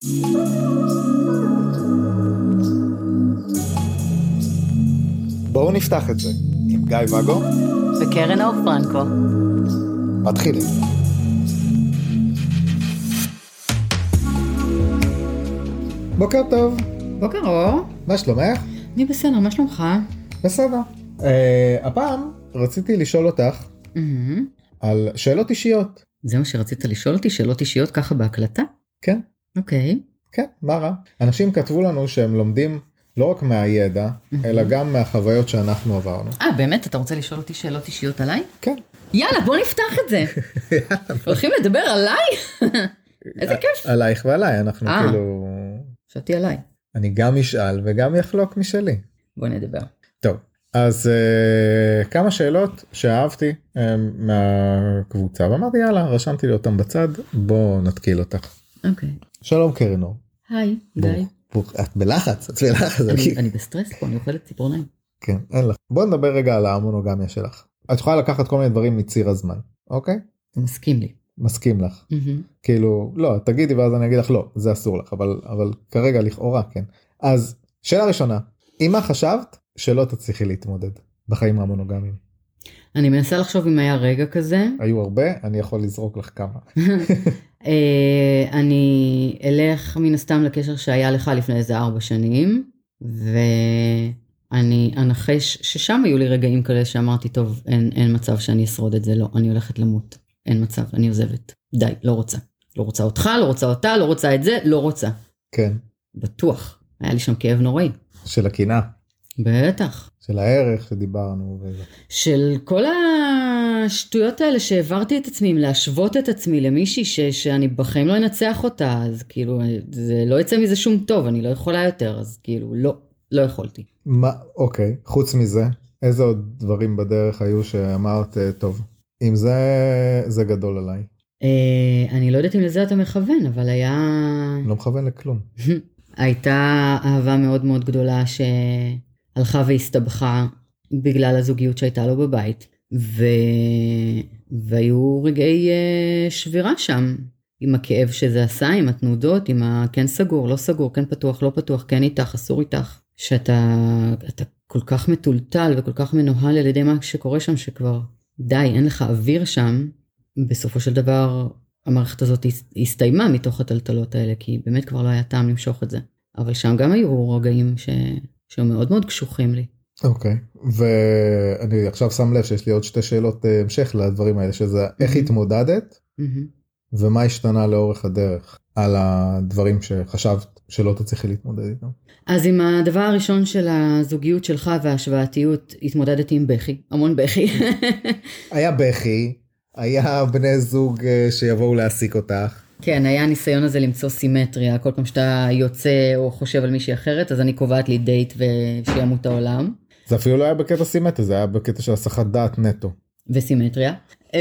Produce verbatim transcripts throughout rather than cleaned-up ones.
בואו נפתח את זה עם גיא וגו וקרן אור פרנקו. מתחילים. בוקר טוב. בוקר אור. מה שלומך? אני בסדר, מה שלומך? בסדר. uh, הפעם רציתי לשאול אותך Mm-hmm. על שאלות אישיות. זה מה שרצית לשאול אותי? שאלות אישיות ככה בהקלטה? כן. אוקיי. כן, מה רע? אנשים כתבו לנו שהם לומדים לא רק מהידע, mm-hmm. אלא גם מהחוויות שאנחנו עברנו. אה, באמת? אתה רוצה לשאול אותי שאלות אישיות עליי? כן. יאללה, בוא נפתח את זה. הולכים לדבר עליי? איזה כיף. עלייך ועליי, אנחנו אה. כאילו... חשבתי עליי. אני גם אשאל וגם יחלוק משלי. בוא נדבר. טוב, אז uh, כמה שאלות שאהבתי um, מהקבוצה, ואמרתי יאללה, רשמתי לי אותם בצד, בוא נתקיל אותך. אוקיי. שלום קרן אור. היי, גיא. את בלחץ, את בלחץ. אני, אני בסטרס פה, אני אוכלת ציפורניים. כן, אין לך. בוא נדבר רגע על המונוגמיה שלך. את יכולה לקחת כל מיני דברים מציר הזמן, אוקיי? אתה מסכים לי. מסכים לך. Mm-hmm. כאילו, לא, תגידי ואז אני אגיד לך לא, זה אסור לך, אבל, אבל כרגע לכאורה, כן. אז, שאלה ראשונה, אם מה חשבת שלא תצליחי להתמודד בחיים המונוגמיים? אני מנסה לחשוב אם היה רגע כזה. היו הרבה, אני יכול לזרוק לך כמה. אני אלך מן הסתם לקשר שהיה לך לפני איזה ארבע שנים, ואני אנחש ששם היו לי רגעים כאלה שאמרתי, טוב, אין, אין מצב שאני אשרוד את זה, לא, אני הולכת למות, אין מצב, אני עוזבת, די, לא רוצה. לא רוצה אותך, לא רוצה אותה, לא רוצה את זה, לא רוצה. כן. בטוח, היה לי שם כאב נוראי. של הקינה. בטח. של הערך שדיברנו. וזה. של כל השטויות האלה שהעברתי את עצמי, להשוות את עצמי למישהי ש, שאני בחיים לא אנצח אותה, אז כאילו, זה לא יצא מזה שום טוב, אני לא יכולה יותר, אז כאילו, לא, לא יכולתי. מה, אוקיי, חוץ מזה, איזה עוד דברים בדרך היו שאמרת, טוב, אם זה, זה גדול עליי. אה, אני לא יודעת אם לזה אתה מכוון, אבל היה... לא מכוון לכלום. הייתה אהבה מאוד מאוד גדולה שהלכה והסתבכה בגלל הזוגיות שהייתה לו בבית, ו... והיו רגעי שבירה שם, עם הכאב שזה עשה, עם התנודות, עם הכן סגור, לא סגור, כן פתוח, לא פתוח, כן איתך, אסור איתך, שאתה אתה כל כך מטולטל וכל כך מנוהל על ידי מה שקורה שם, שכבר די, אין לך אוויר שם, בסופו של דבר המערכת הזאת הסתיימה מתוך הטלטלות האלה, כי באמת כבר לא היה טעם למשוך את זה. אבל שם גם היו רגעים ש... שהיו מאוד מאוד קשוחים לי. אוקיי, ואני עכשיו שם לב שיש לי עוד שתי שאלות המשך לדברים האלה, שזה איך התמודדת, ומה השתנה לאורך הדרך על הדברים שחשבת שלא תצליחי להתמודד איתם. אז עם הדבר הראשון של הזוגיות שלך וההשוואתיות, התמודדתי עם בכי, המון בכי. היה בכי, היה בני זוג שיבואו להעסיק אותך. כן, היה הניסיון הזה למצוא סימטריה, כל פעם שאתה יוצא או חושב על מישהי אחרת, אז אני קובעת לי דייט ושימות העולם. זה אפילו לא היה בקטע סימטריה, זה היה בקטע של הסחת דעת נטו. וסימטריה.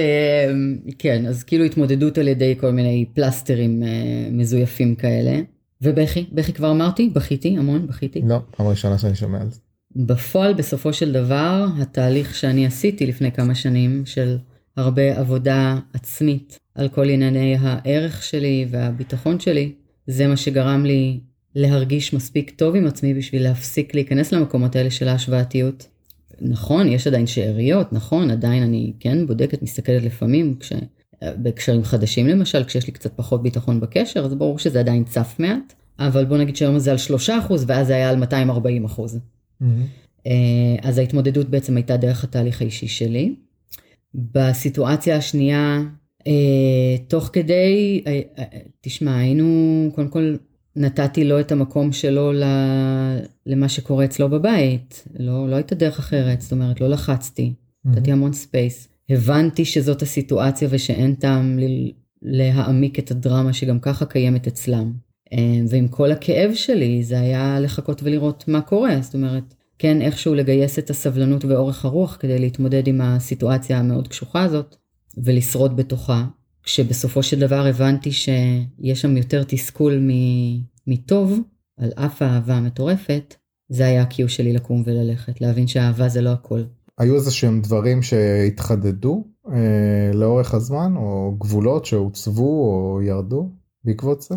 כן, אז כאילו התמודדות על ידי כל מיני פלסטרים מזויפים כאלה. ובכי, בכי כבר אמרתי, בכיתי, המון, בכיתי. לא, פעם ראשונה שאני שומע על זה. בפועל, בסופו של דבר, התהליך שאני עשיתי לפני כמה שנים, של הרבה עבודה עצמית על כל ענייני הערך שלי והביטחון שלי, זה מה שגרם לי להרגיש מספיק טוב עם עצמי בשביל להפסיק להיכנס למקומות האלה של ההשוואתיות. נכון, יש עדיין שאריות, נכון, עדיין אני כן בודקת, מסתכלת לפעמים, כש... בקשרים חדשים למשל, כשיש לי קצת פחות ביטחון בקשר, אז ברור שזה עדיין צף מעט, אבל בוא נגיד שהיום זה על שלושה אחוז, ואז זה היה על מאתיים וארבעים אחוז. Mm-hmm. אז ההתמודדות בעצם הייתה דרך התהליך האישי שלי. בסיטואציה השנייה, תוך כדי, תשמע, היינו, קודם כל, נתתי לו את המקום שלו למה שקורה אצלו בבית, לא, לא הייתה דרך אחרת, זאת אומרת, לא לחצתי, mm-hmm. נתתי המון ספייס. הבנתי שזאת הסיטואציה ושאין טעם להעמיק את הדרמה שגם ככה קיימת אצלם. ועם כל הכאב שלי זה היה לחכות ולראות מה קורה. זאת אומרת, כן איכשהו לגייס את הסבלנות ואורך הרוח כדי להתמודד עם הסיטואציה המאוד קשוחה הזאת ולשרוד בתוכה. כשבסופו של דבר הבנתי שיש שם יותר תסכול מטוב על אף האהבה המטורפת, זה היה הקיו שלי לקום וללכת, להבין שהאהבה זה לא הכל. היו איזה שהם דברים שהתחדדו אה, לאורך הזמן, או גבולות שהוצבו או ירדו בעקבות זה?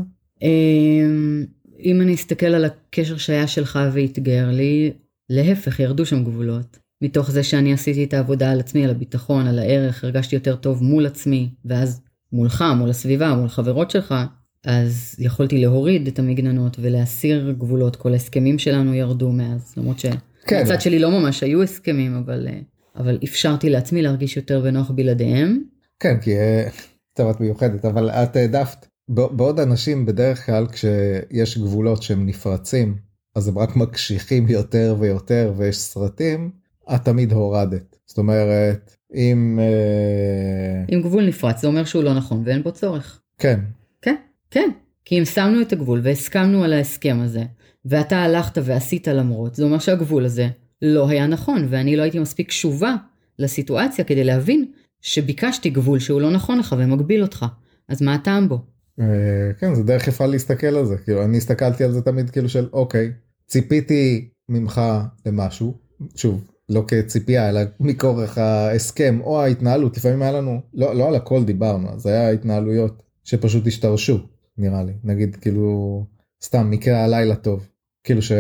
אם אני אסתכל על הקשר שהיה שלך והתגר לי, להפך, ירדו שם גבולות. מתוך זה שאני עשיתי את העבודה על עצמי, על הביטחון, על הערך, הרגשתי יותר טוב מול עצמי, ואז מולך, מול הסביבה, מול חברות שלך, אז יכולתי להוריד את המגננות ולהסיר גבולות. כל ההסכמים שלנו ירדו מאז, למרות שהצד שלי לא ממש היו הסכמים, אבל, אבל אפשרתי לעצמי להרגיש יותר בנוח בלעדיהם. כן, כי טוב, את מיוחדת, אבל את העדפת, בעוד אנשים בדרך כלל כשיש גבולות שהם נפרצים, אז הם רק מקשיחים יותר ויותר, ויש סרטים, את תמיד הורדת. זאת אומרת, אם... אם גבול נפרץ, זה אומר שהוא לא נכון, ואין בו צורך. כן. כן, כן. כי אם שמנו את הגבול והסכמנו על ההסכם הזה, ואתה הלכת ועשית למרות, זה אומר שהגבול הזה לא היה נכון, ואני לא הייתי מספיק קשובה לסיטואציה כדי להבין שביקשתי גבול שהוא לא נכון לך ומגביל אותך. אז מה הטעם בו? כן, זה דרך יפה להסתכל על זה. כאילו, אני הסתכלתי על זה תמיד כאילו של, אוקיי, ציפיתי ממך למשהו, שוב, לא כציפייה, אלא מכורח ההסכם או ההתנהלות. לפעמים היה לנו, לא, לא על הכל דיברנו, אז היה התנהלויות שפשוט השתרשו, נראה לי. נגיד, כאילו, סתם, מקרה הלילה טוב. כאילו ש...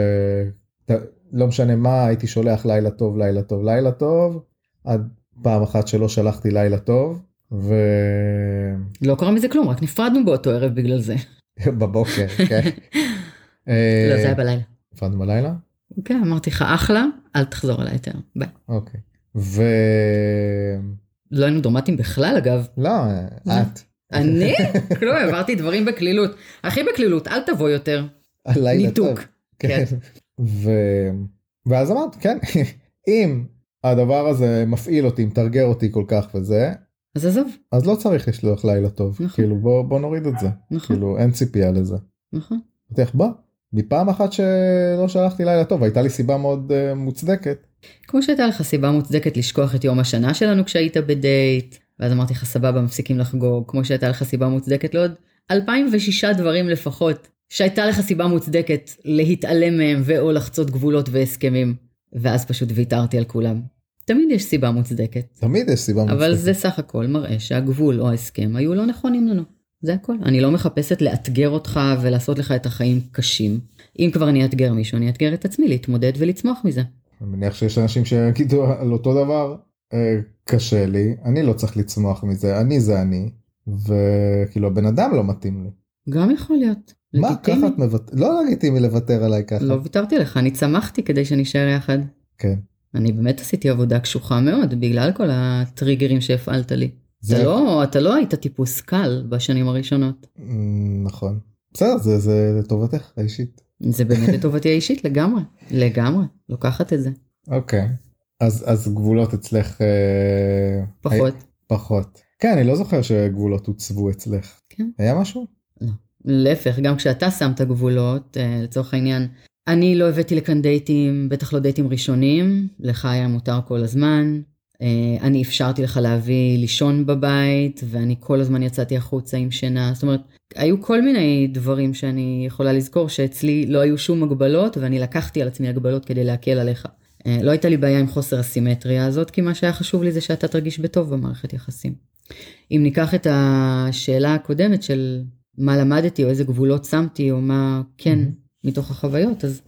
לא משנה מה, הייתי שולח לילה טוב, לילה טוב, לילה טוב, עד פעם אחת שלא שלחתי לילה טוב, ו... לא קרה מזה כלום, רק נפרדנו באותו ערב בגלל זה. בבוקר, כן. לא, זה היה בלילה. נפרדנו בלילה? כן, אמרתי לך, אחלה, אל תחזור אליי יותר, ביי. אוקיי. ו... לא היינו דרמטיים בכלל, אגב. לא, את. אני? כלום, עברתי דברים בקלילות. הכי בקלילות, אל תבוא יותר. ניתוק. כן. ו... ואז אמרת, כן, אם הדבר הזה מפעיל אותי, מתרגר אותי כל כך וזה, אז עזוב. אז לא צריך לשלוח לילה טוב. נכון. כאילו, בוא, בוא נוריד את זה. נכון. כאילו, אין ציפייה לזה. נכון. תלך, בוא. מפעם אחת שלא שלחתי לילה טוב, הייתה לי סיבה מאוד uh, מוצדקת. כמו שהייתה לך סיבה מוצדקת לשכוח את יום השנה שלנו כשהיית בדייט, ואז אמרתי לך סבבה, מפסיקים לחגוג, כמו שהייתה לך סיבה מוצדקת לעוד אלפיים ושישה דברים לפחות, שהייתה לך סיבה מוצדקת להתעלם מהם ואו לחצות גבולות והסכמים, ואז פשוט ויתרתי על כולם. תמיד יש סיבה מוצדקת. תמיד יש סיבה מוצדקת. אבל זה סך הכל מראה שהגבול או ההסכם היו לא נכונים לנו. זה הכל. אני לא מחפשת לאתגר אותך ולעשות לך את החיים קשים. אם כבר אני אתגר מישהו, אני אתגר את עצמי להתמודד ולצמוח מזה. אני מניח שיש אנשים שיגידו על אותו דבר, אה, קשה לי, אני לא צריך לצמוח מזה, אני זה אני, וכאילו הבן אדם לא מתאים לי. גם יכול להיות. מה, לגיטימי. ככה את מוותר? לא לגיטימי לוותר עליי ככה. לא ויתרתי לך, אני צמחתי כדי שנשאר יחד. כן. אני באמת עשיתי עבודה קשוחה מאוד, בגלל כל הטריגרים שהפעלת לי. זה... אתה, לא, אתה לא היית טיפוס קל בשנים הראשונות. נכון. בסדר, זה, זה לטובתך האישית. זה באמת לטובתי האישית לגמרי. לגמרי. לוקחת את זה. אוקיי. אז, אז גבולות אצלך... אה... פחות. היה... פחות. כן, אני לא זוכר שגבולות הוצבו אצלך. כן. היה משהו? לא. להפך, גם כשאתה שמת גבולות, לצורך העניין, אני לא הבאתי לכאן דייטים, בטח לא דייטים ראשונים, לך היה מותר כל הזמן, אני אפשרתי לך להביא לישון בבית, ואני כל הזמן יצאתי החוצה עם שינה, זאת אומרת, היו כל מיני דברים שאני יכולה לזכור, שאצלי לא היו שום הגבלות, ואני לקחתי על עצמי הגבלות כדי להקל עליך. לא הייתה לי בעיה עם חוסר הסימטריה הזאת, כי מה שהיה חשוב לי זה שאתה תרגיש בטוב במערכת יחסים. אם ניקח את השאלה הקודמת של מה למדתי, או איזה גבולות שמתי, או מה כן mm-hmm. מתוך החוויות, אז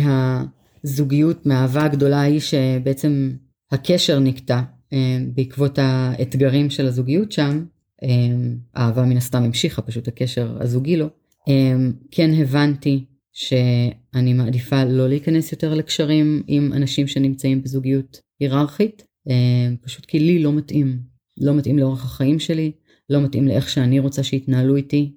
מהזוגיות, מהאהבה הגדולה היא שבעצם הקשר נקטע אה, בעקבות האתגרים של הזוגיות שם, אה, האהבה מן הסתם המשיכה, פשוט הקשר הזוגי לו, אה, כן הבנתי שאני מעדיפה לא להיכנס יותר לקשרים עם אנשים שנמצאים בזוגיות היררכית, אה, פשוט כי לי לא מתאים, לא מתאים לאורך החיים שלי, לא מתאים לאיך שאני רוצה שיתנהלו איתי,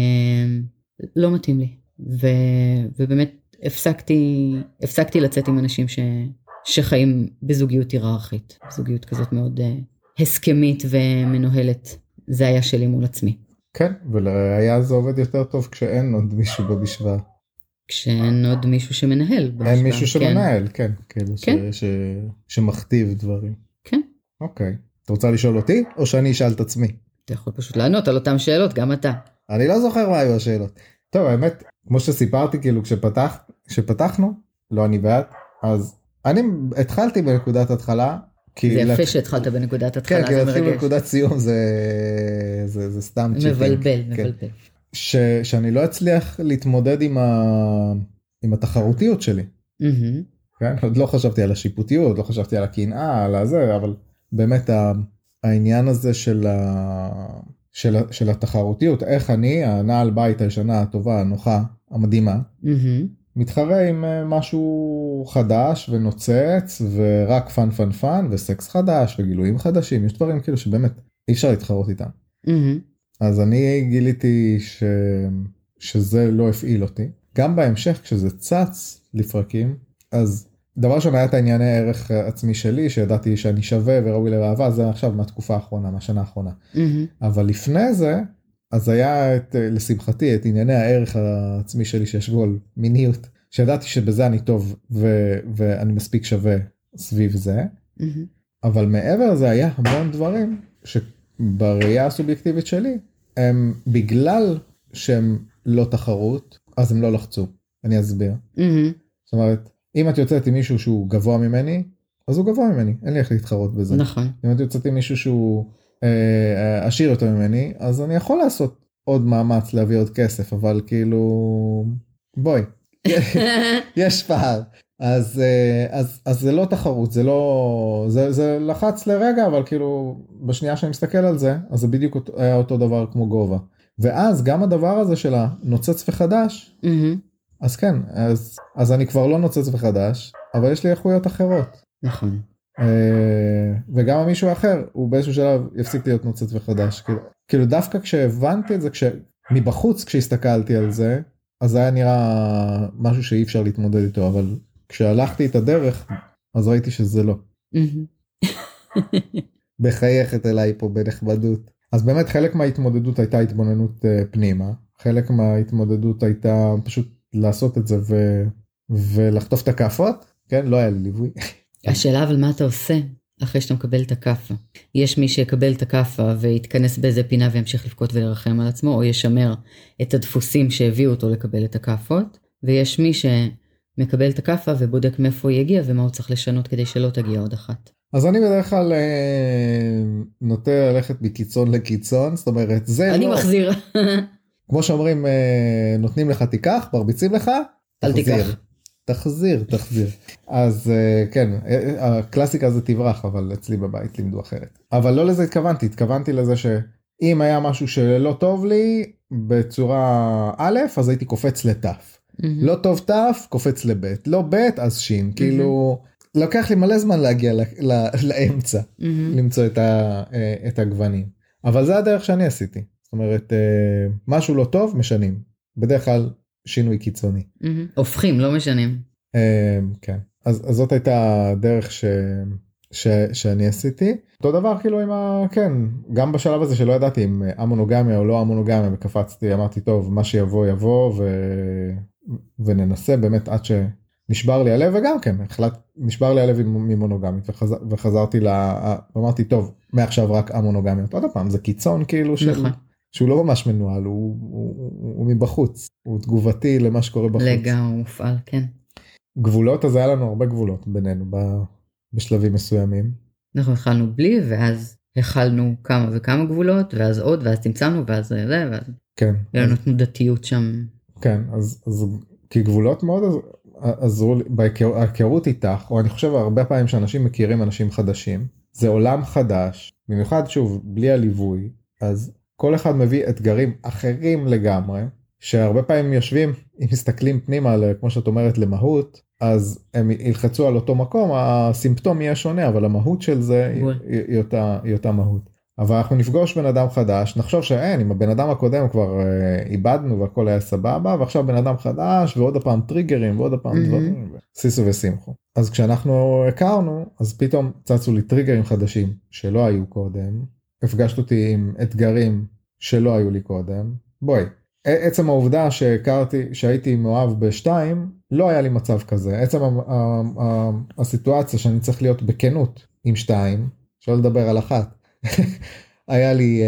לא מתאים לי, ו, ובאמת הפסקתי, הפסקתי לצאת עם אנשים ש, שחיים בזוגיות היררכית, זוגיות כזאת מאוד הסכמית ומנוהלת, זה היה שלי מול עצמי. כן, והיה זה עובד יותר טוב כשאין עוד מישהו במשוואה. כשאין עוד מישהו שמנהל במשוואה. אין מישהו שמנהל, כן, כן, כאילו כן. ש, ש, שמכתיב דברים. כן. אוקיי, את רוצה לשאול אותי או שאני אשאל את עצמי? אתה יכול פשוט לענות על אותם שאלות, גם אתה. אני לא זוכר מה היו השאלות. טוב, האמת, כמו שסיפרתי, כאילו, כשפתח, כשפתחנו, לא אני ואת, אז אני התחלתי בנקודת התחלה. זה יפה שהתחלת בנקודת התחלה, כן, כי להתחיל בנקודת סיום זה, זה, זה סתם צ'יפינג. מבלבל, מבלבל. ש, שאני לא אצליח להתמודד עם, ה, עם התחרותיות שלי. Mm-hmm. כן? עוד לא חשבתי על השיפוטיות, לא חשבתי על הקנאה, על הזה, אבל באמת העניין הזה של, ה, של, של התחרותיות, איך אני, הנעל בית הישנה, הטובה, הנוחה, המדהימה, Mm-hmm. מתחרה עם משהו חדש ונוצץ, ורק פן פן פן, וסקס חדש, וגילויים חדשים, יש דברים כאילו שבאמת אי אפשר להתחרות איתם. Mm-hmm. אז אני גיליתי ש... שזה לא הפעיל אותי. גם בהמשך, כשזה צץ לפרקים, אז דבר ראשון היה את הענייני ערך עצמי שלי, שידעתי שאני שווה וראוי לאהבה, זה עכשיו מהתקופה האחרונה, מהשנה האחרונה. Mm-hmm. אבל לפני זה, אז היה את, לשמחתי, את ענייני הערך העצמי שלי שישבו על מיניות, שידעתי שבזה אני טוב ו... ואני מספיק שווה סביב זה. Mm-hmm. אבל מעבר לזה היה המון דברים שבראייה הסובייקטיבית שלי, הם בגלל שהם לא תחרות, אז הם לא לחצו. אני אסביר. Mm-hmm. זאת אומרת, אם את יוצאת עם מישהו שהוא גבוה ממני, אז הוא גבוה ממני, אין לי איך להתחרות בזה. נכון. אם את יוצאת עם מישהו שהוא אה, עשיר יותר ממני, אז אני יכול לעשות עוד מאמץ להביא עוד כסף, אבל כאילו, בואי, יש פער. אז, אז, אז זה לא תחרות, זה לא, זה, זה לחץ לרגע, אבל כאילו, בשנייה שאני מסתכל על זה, אז זה בדיוק היה אותו דבר כמו גובה. ואז גם הדבר הזה של הנוצץ וחדש, Mm-hmm. אז כן, אז, אז אני כבר לא נוצץ וחדש, אבל יש לי איכויות אחרות. נכון. וגם המישהו האחר, הוא באיזשהו שלב יפסיק להיות נוצץ וחדש. כאילו, כאילו דווקא כשהבנתי את זה, כש, מבחוץ כשהסתכלתי על זה, אז זה היה נראה משהו שאי אפשר להתמודד איתו, אבל כשהלכתי את הדרך, אז ראיתי שזה לא. בחייכת אליי פה בנחמדות. אז באמת חלק מההתמודדות הייתה התבוננות פנימה, חלק מההתמודדות הייתה פשוט לעשות את זה ו... ולחטוף את הכאפות, כן? לא היה לי ליווי. השאלה אבל מה אתה עושה אחרי שאתה מקבל את הכאפה? יש מי שיקבל את הכאפה ויתכנס באיזה פינה וימשיך לבכות ולרחם על עצמו, או ישמר את הדפוסים שהביאו אותו לקבל את הכאפות, ויש מי שמקבל את הכאפה ובודק מאיפה הוא יגיע ומה הוא צריך לשנות כדי שלא תגיע עוד אחת. אז אני בדרך כלל נוטה ללכת מקיצון לקיצון, זאת אומרת, זה אני לא... מחזיר. כמו שאומרים, נותנים לך תיקח, מרביצים לך, אל תיקח. תחזיר, תחזיר. אז כן, הקלאסיקה זה תברח, אבל אצלי בבית לימדו אחרת. אבל לא לזה התכוונתי, התכוונתי לזה שאם היה משהו שלא טוב לי בצורה א', אז הייתי קופץ לתף. לא טוב תף, קופץ לבית. לא בית, אז שין. כאילו, לוקח לי מלא זמן להגיע לאמצע, למצוא את הגוונים. אבל זה הדרך שאני עשיתי. זאת אומרת, משהו לא טוב, משנים. בדרך כלל, שינוי קיצוני. הופכים, לא משנים. כן. אז, אז זאת הייתה הדרך ש, ש, שאני עשיתי. אותו דבר כאילו עם ה... כן, גם בשלב הזה שלא ידעתי אם המונוגמיה או לא המונוגמיה, וקפצתי, אמרתי, טוב, מה שיבוא יבוא, ו... וננסה באמת עד שנשבר לי הלב, וגם כן, החלט, נשבר לי הלב ממונוגמית, וחזר, וחזרתי לה, אמרתי, טוב, מעכשיו רק המונוגמיות. עוד פעם, זה קיצון כאילו של... נכון. שהוא לא ממש מנוהל, הוא, הוא, הוא, הוא מבחוץ, הוא תגובתי למה שקורה בחוץ. לגמרי מופעל, כן. גבולות, אז היה לנו הרבה גבולות בינינו ב, בשלבים מסוימים. אנחנו התחלנו בלי, ואז החלנו כמה וכמה גבולות, ואז עוד, ואז צמצמנו, ואז זה, ואז... כן. היה לנו תנודתיות שם. כן, אז, אז כי גבולות מאוד עזרו לי, בהיכרות איתך, או אני חושב הרבה פעמים שאנשים מכירים אנשים חדשים, זה עולם חדש, במיוחד שוב, בלי הליווי, אז... כל אחד מביא אתגרים אחרים לגמרי, שהרבה פעמים יושבים, אם מסתכלים פנימה, כמו שאת אומרת, למהות, אז הם ילחצו על אותו מקום, הסימפטום יהיה שונה, אבל המהות של זה היא, היא, אותה, היא אותה מהות. אבל אנחנו נפגוש בן אדם חדש, נחשוב שאין, עם הבן אדם הקודם כבר אה, איבדנו והכל היה סבבה, ועכשיו בן אדם חדש, ועוד הפעם טריגרים, ועוד הפעם mm-hmm. דברים, סיסו וסימחו. אז כשאנחנו הכרנו, אז פתאום צצו לי טריגרים חדשים, שלא היו קודם, הפגשת אותי עם אתגרים שלא היו לי קודם. בואי, עצם העובדה שהכרתי, שהייתי מאוהב בשתיים, לא היה לי מצב כזה. עצם הסיטואציה שאני צריך להיות בכנות עם שתיים, שלא לדבר על אחת, היה לי,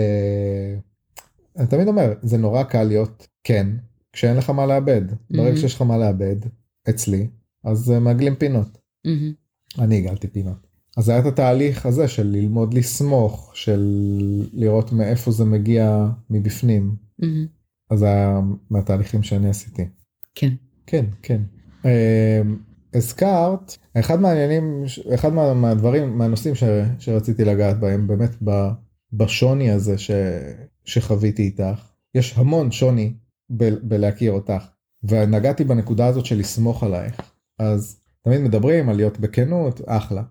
אני תמיד אומר, זה נורא קל להיות כן, כשאין לך מה לאבד. ברגע שיש לך מה לאבד, אצלי, אז מעגלים פינות. אני הגלתי פינות. אז היה את התהליך הזה של ללמוד לסמוך, של לראות מאיפה זה מגיע מבפנים. אז זה מהתהליכים שאני עשיתי. כן. כן, כן. הזכרת, אחד מהעניינים, אחד מהדברים, מהנושאים ש, שרציתי לגעת בהם, באמת ב, בשוני הזה ש, שחוויתי איתך. יש המון שוני ב, בלהכיר אותך, ונגעתי בנקודה הזאת של לסמוך עלייך. אז תמיד מדברים על להיות בכנות, אחלה.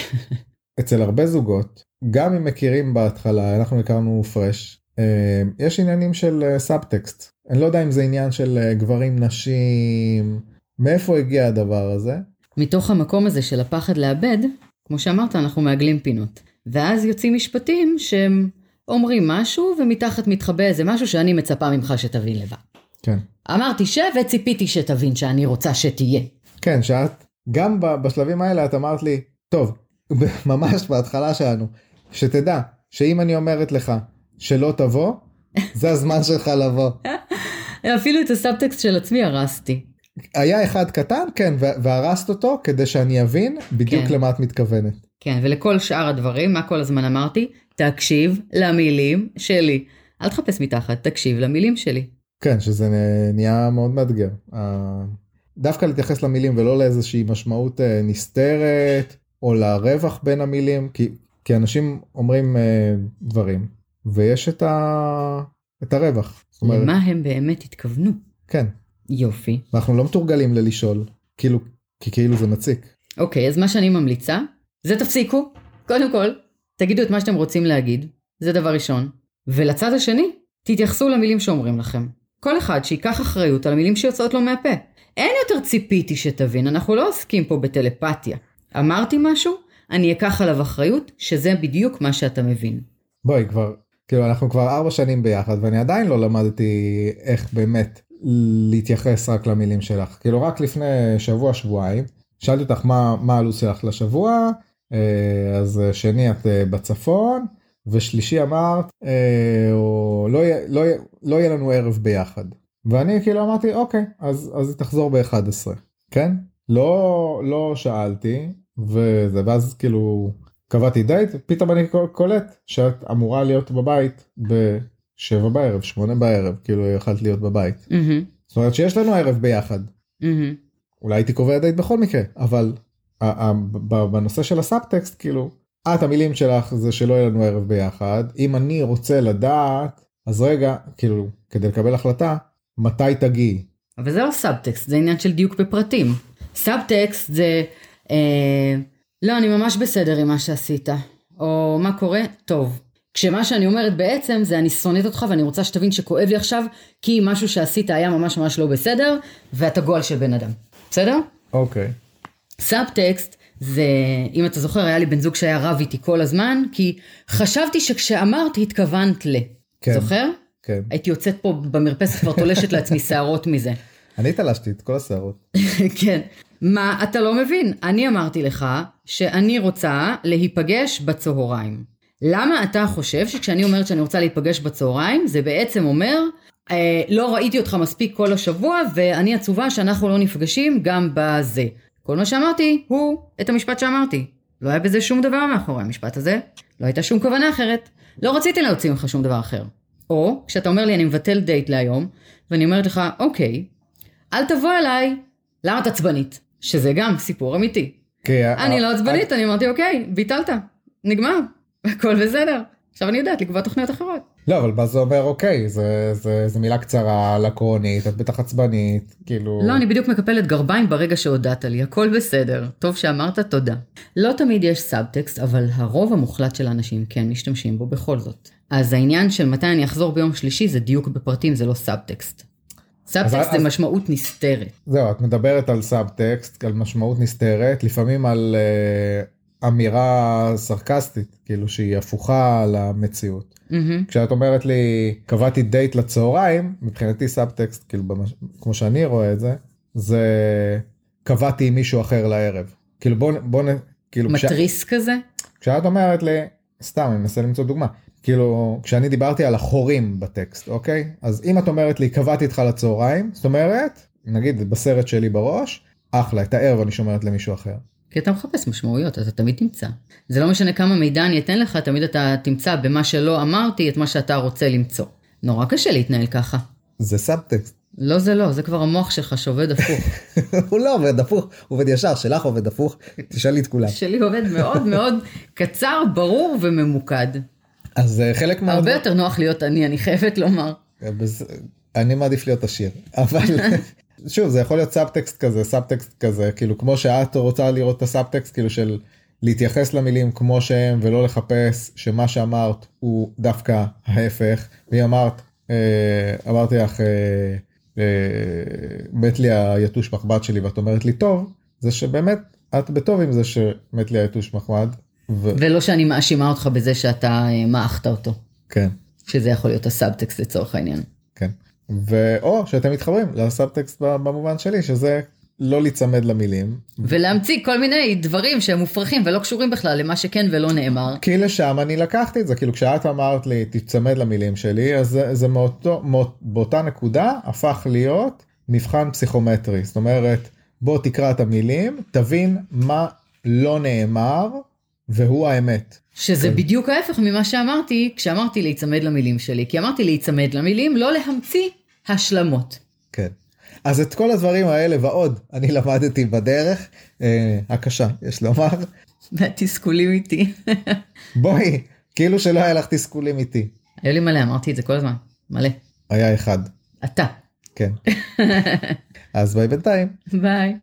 אצל הרבה זוגות, גם אם מכירים בהתחלה, אנחנו הכרנו פרש, יש עניינים של סאבטקסט. אני לא יודע אם זה עניין של גברים, נשים, מאיפה הגיע הדבר הזה? מתוך המקום הזה של הפחד לאבד, כמו שאמרת, אנחנו מעגלים פינות. ואז יוצאים משפטים שהם אומרים משהו, ומתחת מתחבא איזה משהו שאני מצפה ממך שתבין לבד. כן. אמרתי ש, וציפיתי שתבין שאני רוצה שתהיה. כן, שאת, גם בשלבים האלה את אמרת לי, טוב, ממש בהתחלה שלנו, שתדע שאם אני אומרת לך שלא תבוא, זה הזמן שלך לבוא. אפילו את הסאבטקסט של עצמי הרסתי. היה אחד קטן, כן, והרסת אותו כדי שאני אבין בדיוק כן. למה את מתכוונת. כן, ולכל שאר הדברים, מה כל הזמן אמרתי? תקשיב למילים שלי. אל תחפש מתחת, תקשיב למילים שלי. כן, שזה נהיה מאוד מאתגר. דווקא להתייחס למילים ולא לאיזושהי משמעות נסתרת, או לרווח בין המילים, כי, כי אנשים אומרים דברים, ויש את, ה, את הרווח. למה אומרת, הם באמת התכוונו? כן. יופי. ואנחנו לא מתורגלים ללשאול, כאילו, כי כאילו זה מציק. אוקיי, אז מה שאני ממליצה, זה תפסיקו. קודם כל, תגידו את מה שאתם רוצים להגיד, זה דבר ראשון. ולצד השני, תתייחסו למילים שאומרים לכם. כל אחד שיקח אחריות על המילים שיוצאות לו מהפה. אין יותר ציפיתי שתבין, אנחנו לא עוסקים פה בטלפתיה. אמרתי משהו, אני אקח עליו אחריות, שזה בדיוק מה שאתה מבין. בואי, כבר, כאילו, אנחנו כבר ארבע שנים ביחד, ואני עדיין לא למדתי איך באמת להתייחס רק למילים שלך. כאילו, רק לפני שבוע, שבועיים, שאלתי אותך מה, מה הלו"ז שלך לשבוע, אז שני את בצפון, ושלישי אמרת, או לא, לא, לא יהיה לנו ערב ביחד. ואני כאילו אמרתי, אוקיי, אז, אז היא תחזור ב-אחת עשרה, כן? לא, לא שאלתי, וזה, ואז כאילו קבעתי דייט, פתאום אני קולט שאת אמורה להיות בבית בשבע בערב, שמונה בערב, כאילו יכולת להיות בבית. Mm-hmm. זאת אומרת שיש לנו ערב ביחד. Mm-hmm. אולי הייתי קובע דייט בכל מקרה, אבל בנושא של הסאבטקסט, כאילו, את המילים שלך זה שלא יהיה לנו ערב ביחד, אם אני רוצה לדעת, אז רגע, כאילו, כדי לקבל החלטה, מתי תגיעי? אבל זה לא סאבטקסט, זה עניין של דיוק בפרטים. סאבטקסט זה, אה, לא, אני ממש בסדר עם מה שעשית, או מה קורה? טוב. כשמה שאני אומרת בעצם זה אני שונאת אותך ואני רוצה שתבין שכואב לי עכשיו, כי משהו שעשית היה ממש ממש לא בסדר, ואתה גועל של בן אדם. בסדר? אוקיי. סאבטקסט זה, אם אתה זוכר, היה לי בן זוג שהיה רב איתי כל הזמן, כי חשבתי שכשאמרת התכוונת ל. כן. זוכר? כן. הייתי יוצאת פה במרפסת כבר תולשת לעצמי שערות מזה. אני תלשתי את כל השערות. כן. מה אתה לא מבין? אני אמרתי לך שאני רוצה להיפגש בצהריים. למה אתה חושב שכשאני אומרת שאני רוצה להיפגש בצהריים, זה בעצם אומר, אה, לא ראיתי אותך מספיק כל השבוע, ואני עצובה שאנחנו לא נפגשים גם בזה. כל מה שאמרתי הוא את המשפט שאמרתי. לא היה בזה שום דבר מאחורי המשפט הזה. לא הייתה שום כוונה אחרת. לא רציתי להוציא ממך שום דבר אחר. או, כשאתה אומר לי אני מבטל דייט להיום, ואני אומרת לך, אוקיי, אל תבוא אליי, למה את עצבנית? שזה גם סיפור אמיתי. אני לא עצבנית, אני אמרתי, אוקיי, ביטלת, נגמר, הכל בסדר. עכשיו אני יודעת לקבוע תוכניות אחרות. לא, אבל מה זה אומר, אוקיי, זה, זה, זה מילה קצרה, לקרונית, את בטח עצבנית, כאילו... לא, אני בדיוק מקפלת גרביים ברגע שהודעת לי, הכל בסדר, טוב שאמרת, תודה. לא תמיד יש סאבטקסט, אבל הרוב המוחלט של האנשים כן משתמשים בו בכל זאת. אז העניין של מתי אני אחזור ביום שלישי, זה דיוק בפרטים, זה לא סאבטקסט. סאבטקסט זה משמעות נסתרת. זהו, את מדברת על סאבטקסט, על משמעות נסתרת, לפעמים על uh, אמירה סרקסטית, כאילו שהיא הפוכה למציאות. Mm-hmm. כשאת אומרת לי, קבעתי דייט לצהריים, מבחינתי סאבטקסט, כאילו במש... כמו שאני רואה את זה, זה קבעתי עם מישהו אחר לערב. כאילו בוא, בוא נ... כאילו מטריס כש... כזה? כשאת אומרת לי, סתם, אני מנסה למצוא דוגמה. כאילו, כשאני דיברתי על החורים בטקסט, אוקיי? אז אם את אומרת לי, קבעתי איתך לצהריים, זאת אומרת, נגיד בסרט שלי בראש, אחלה, את הערב אני שומרת למישהו אחר. כי אתה מחפש משמעויות, אתה תמיד תמצא. זה לא משנה כמה מידע אני אתן לך, תמיד אתה תמצא במה שלא אמרתי את מה שאתה רוצה למצוא. נורא קשה להתנהל ככה. זה סאבטקסט. לא זה לא, זה כבר המוח שלך שעובד הפוך. הוא לא עובד הפוך, הוא עובד ישר, שלך עובד הפוך, תשאלי את כולם. שלי עובד מאוד מאוד קצר, ברור וממוקד. אז חלק מאוד... הרבה יותר נוח להיות אני, אני חייבת לומר. אני מעדיף להיות עשיר, אבל שוב, זה יכול להיות סאבטקסט כזה, סאבטקסט כזה, כאילו כמו שאת רוצה לראות את הסאבטקסט, כאילו של להתייחס למילים כמו שהם, ולא לחפש שמה שאמרת הוא דווקא ההפך, והיא אמרת, אמרתי לך, מת לי היתוש מחמד שלי, ואת אומרת לי טוב, זה שבאמת את בטוב עם זה שמת לי היתוש מחמד. ו... ולא שאני מאשימה אותך בזה שאתה מעכת אותו. כן. שזה יכול להיות הסאבטקסט לצורך העניין. כן. ואו שאתם מתחברים לסאבטקסט במובן שלי, שזה לא להיצמד למילים. ולהמציא כל מיני דברים שהם מופרכים ולא קשורים בכלל למה שכן ולא נאמר. כי לשם אני לקחתי את זה, כאילו כשאת אמרת לי תצמד למילים שלי, אז זה, זה מאותו, מאות, באותה נקודה הפך להיות מבחן פסיכומטרי. זאת אומרת, בוא תקרא את המילים, תבין מה לא נאמר, והוא האמת. שזה כן. בדיוק ההפך ממה שאמרתי, כשאמרתי להיצמד למילים שלי, כי אמרתי להיצמד למילים, לא להמציא השלמות. כן. אז את כל הדברים האלה ועוד, אני למדתי בדרך, אה, הקשה, יש לומר. והתסכולים איתי. בואי, כאילו שלא היה לך תסכולים איתי. היה לי מלא, אמרתי את זה כל הזמן, מלא. היה אחד. אתה. כן. אז ביי בינתיים. ביי.